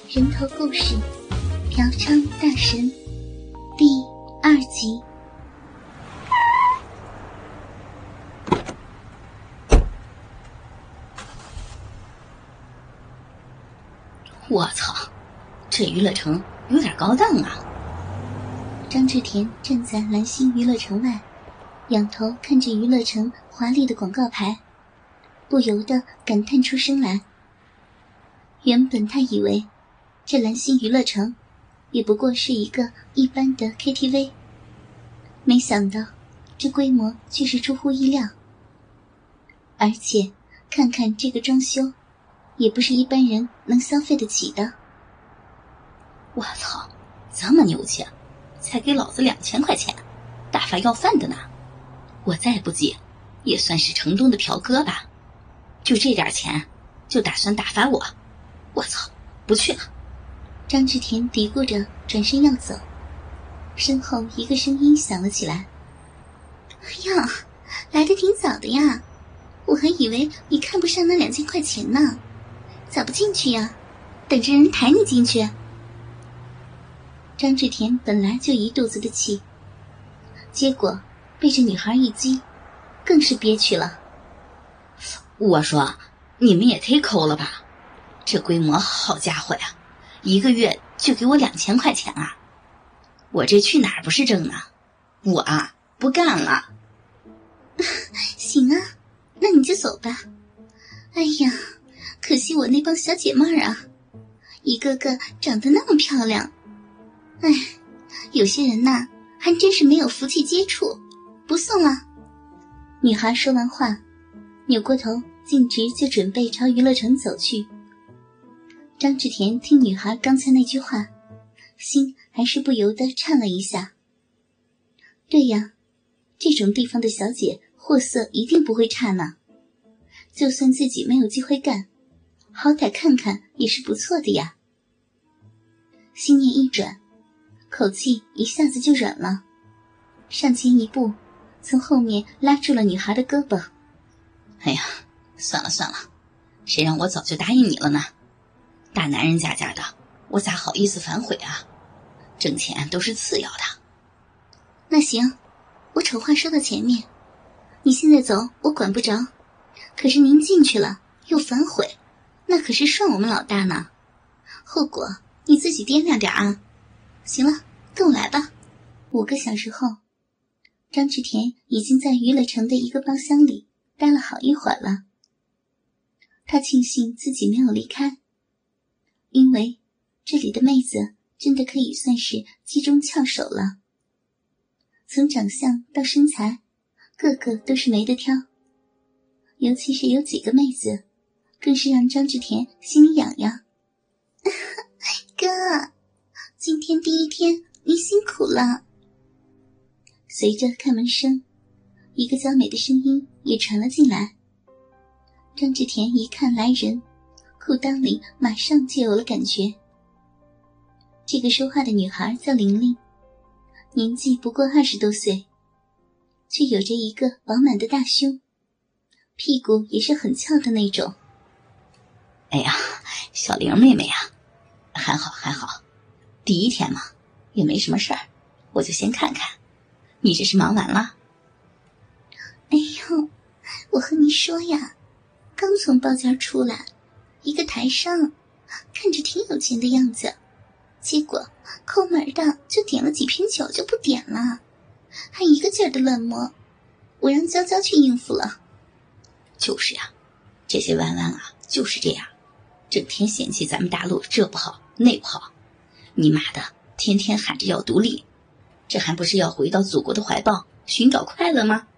人头故事，嫖娼大神第2集。 我操，这娱乐城有点高档啊！ 张志田站在兰心娱乐城外，仰头看着娱乐城华丽的广告牌，不由得感叹出声来。原本他以为这兰心娱乐城也不过是一个一般的 KTV， 没想到这规模却是出乎意料。而且看看这个装修，也不是一般人能消费得起的。 我操，这么牛气，才给老子2000块钱，大发要饭的呢！我再不济也算是城东的嫖哥吧，就这点钱就打算打发我，我操，不去了！ 张志田嘀咕着转身要走，身后一个声音响了起来：哎呀，来得挺早的呀，我还以为你看不上那2000块钱呢，咋不进去呀？等着人抬你进去。张志田本来就一肚子的气，结果被这女孩一激，更是憋屈了。 我说，你们也忒抠了吧，这规模好家伙呀，一个月就给我2000块钱啊！我这去哪儿不是挣呢？我啊，不干了。 行啊，那你就走吧。哎呀，可惜我那帮小姐妹儿啊，一个个长得那么漂亮。哎，有些人呐，还真是没有福气接触，不送了。女孩说完话，扭过头径直就准备朝娱乐城走去。张志田听女孩刚才那句话，心还是不由得颤了一下。对呀，这种地方的小姐货色一定不会差呢，就算自己没有机会干，好歹看看也是不错的呀。心念一转，口气一下子就软了，上前一步，从后面拉住了女孩的胳膊。 哎呀，算了算了，谁让我早就答应你了呢？大男人家的，我咋好意思反悔啊？挣钱都是次要的。 那行，我丑话说到前面，你现在走我管不着，可是您进去了又反悔，那可是涮我们老大呢，后果你自己掂量点啊。行了，跟我来吧。5个小时后，张志田已经在娱乐城的一个包厢里待了好一会儿了。他庆幸自己没有离开，因为这里的妹子真的可以算是机中翘首了。从长相到身材，个个都是没得挑，尤其是有几个妹子，更是让张志田心里痒痒。哥，今天第一天你辛苦了。随着开门声，一个娇美的声音也传了进来。张志田一看来人，裤裆里马上就有了感觉。这个说话的女孩叫玲玲，年纪不过20多岁，却有着一个饱满的大胸，屁股也是很翘的那种。 哎呀，小玲妹妹啊，还好还好，第一天嘛，也没什么事儿，我就先看看。你这是忙完了？ 哎呦，我和你说呀，刚从包间出来，一个台上看着挺有钱的样子，结果抠门的就点了几瓶酒就不点了，还一个劲儿的乱摸，我让娇娇去应付了。 就是呀，这些弯弯啊就是这样，整天嫌弃咱们大陆这不好那不好，你妈的天天喊着要独立，这还不是要回到祖国的怀抱寻找快乐吗？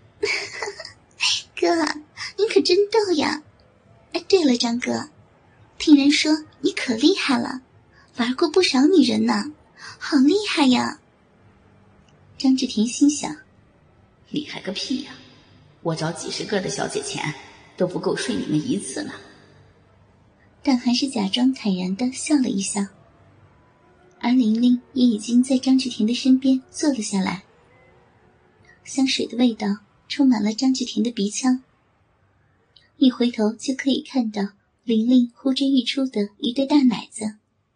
哥，你可真逗呀。哎，对了张哥，听人说你可厉害了，玩过不少女人呢，好厉害呀。张志田心想， 厉害个屁呀，我找几10个的小姐钱都不够睡你们1次呢。 但还是假装坦然地笑了一笑。而玲玲也已经在张志田的身边坐了下来，香水的味道充满了张志田的鼻腔，一回头就可以看到玲玲呼之欲出的一对大奶子，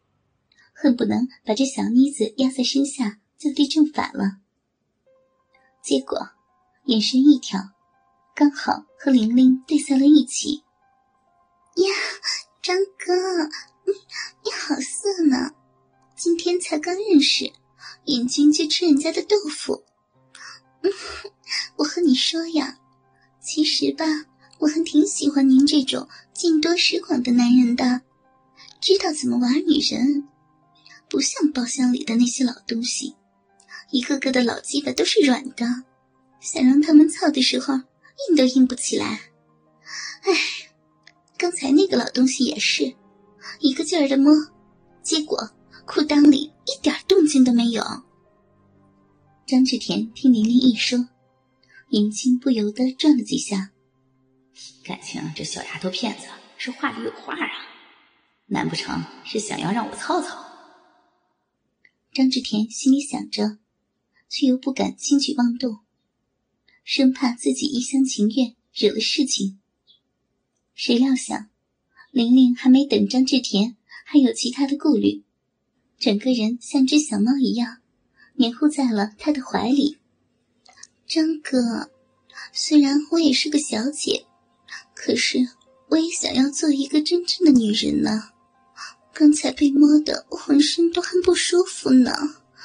恨不能把这小妮子压在身下就地正法了。结果眼神一挑，刚好和玲玲对在了一起。呀，张哥，你好色呢，今天才刚认识，眼睛就吃人家的豆腐。我和你说呀，其实吧，我还挺喜欢您这种见多识广的男人的，知道怎么玩女人，不像包厢里的那些老东西，一个个的老鸡巴都是软的，想让他们操的时候硬都硬不起来。唉，刚才那个老东西也是一个劲儿的摸，结果裤裆里一点动静都没有。张志田听玲玲一说，眼睛不由得转了几下。 感情这小丫头片子是话里有话啊，难不成是想要让我操操？ 张志田心里想着，却又不敢轻举妄动，生怕自己一厢情愿惹了事情。谁料想玲玲还没等张志田还有其他的顾虑，整个人像只小猫一样黏糊在了他的怀里。张哥，虽然我也是个小姐，可是我也想要做一个真正的女人呢。刚才被摸得我浑身都很不舒服呢。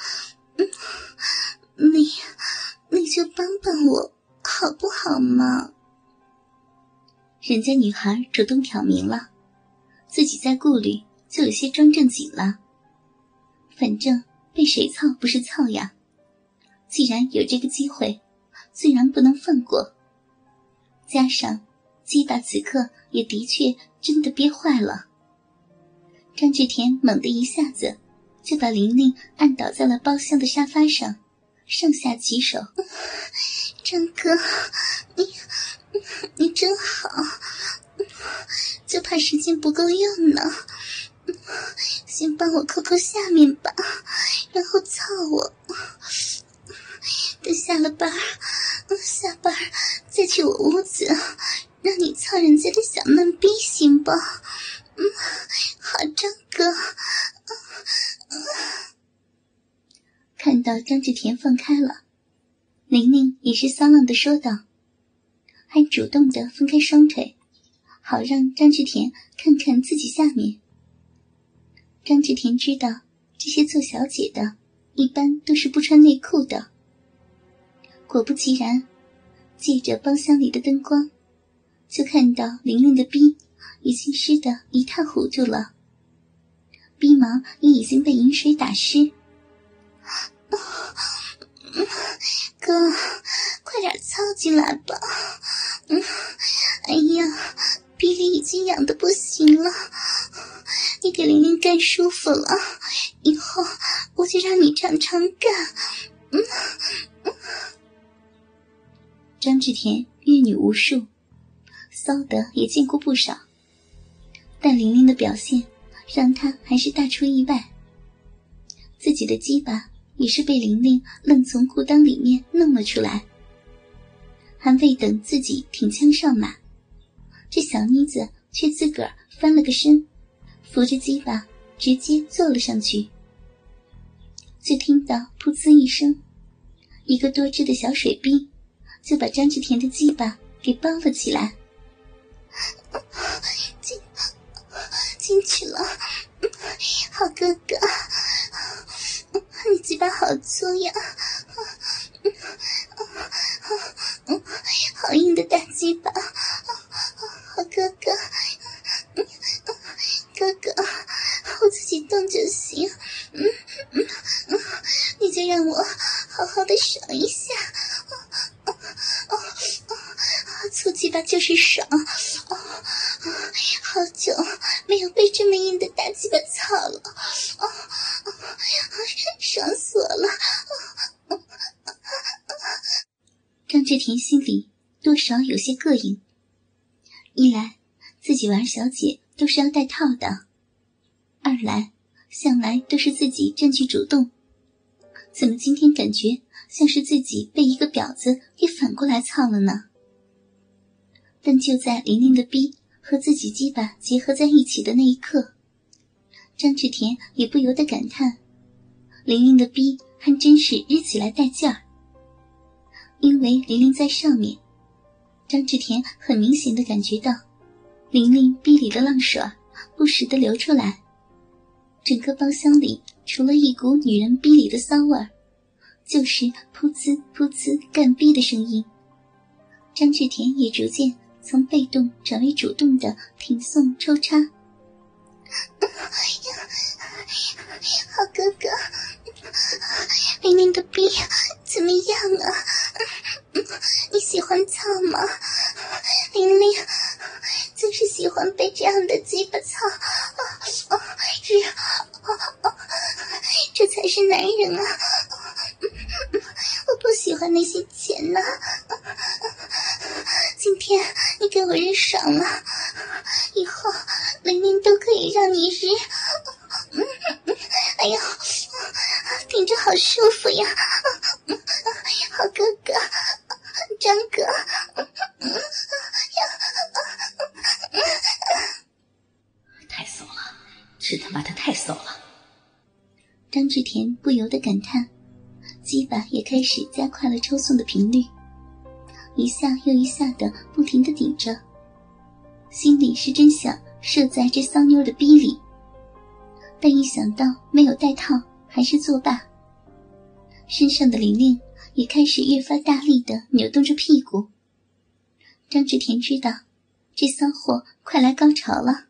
你就帮帮我好不好嘛？人家女孩主动挑明了，自己再顾虑就有些装正经了。反正被谁操不是操呀，既然有这个机会，自然不能放过。加上鸡巴此刻也的确真的憋坏了。张志田猛地一下子就把玲玲按倒在了包厢的沙发上，上下其手。张哥，你真好，就怕时间不够用呢。先帮我扣扣下面吧，然后操我。等下了班，下班再去我屋子，让你操人家的小嫩逼，行不？好，张哥。看到张志田放开了，玲玲也是骚浪地说道，还主动地分开双腿，好让张志田看看自己下面。张志田知道这些做小姐的一般都是不穿内裤的。果不其然，借着包厢里的灯光，就看到玲玲的逼已经湿得一塌糊涂了，逼毛也已经被饮水打湿。哥，快点操进来吧。哎呀，逼里已经痒得不行了，你给玲玲干舒服了，以后我就让你常常干。张志田阅女无数，骚得也见过不少，但玲玲的表现让他还是大出意外。自己的鸡巴也是被玲玲愣从裤裆里面弄了出来，还未等自己挺枪上马，这小妮子却自个儿翻了个身，扶着鸡巴直接坐了上去。就听到噗呲一声，一个多汁的小水逼就把张志田的鸡巴给包了起来。进去了，好哥哥，你鸡巴好粗呀，好硬的大鸡巴，好哥哥，哥哥，我自己动就行，你就让我好好的爽一下。粗鸡巴就是爽，好久没有被这么硬的大鸡巴操了，爽死我了。张志田心里多少有些膈应，一来自己玩小姐都是要带套的，二来向来都是自己占据主动，怎么今天感觉像是自己被一个婊子给反过来操了呢？但就在玲玲的逼和自己鸡巴结合在一起的那一刻， 张志田也不由得感叹，玲玲的逼还真是日起来带劲儿。因为玲玲在上面，张志田很明显地感觉到玲玲逼里的浪水不时地流出来，整个包厢里除了一股女人逼里的骚味儿，就是噗呲噗呲干逼的声音。张志田也逐渐从被动转为主动的挺送抽插。好哥哥，玲玲的逼怎么样啊？你喜欢操吗？玲玲真是喜欢被这样的鸡巴操，这才是男人啊！我不喜欢那些钱呐。今天你给我日爽了，以后玲玲都可以让你日。哎呦，听着好舒服呀！好哥哥，张哥， 太骚了，这他妈的太骚了！ 张志田不由得感叹，鸡巴也开始加快了抽送的频率，一下又一下的不停地顶着，心里是真想射在这骚妞的逼里，但一想到没有带套还是作罢。身上的玲玲也开始越发大力地扭动着屁股。张志田知道这骚货快来高潮了，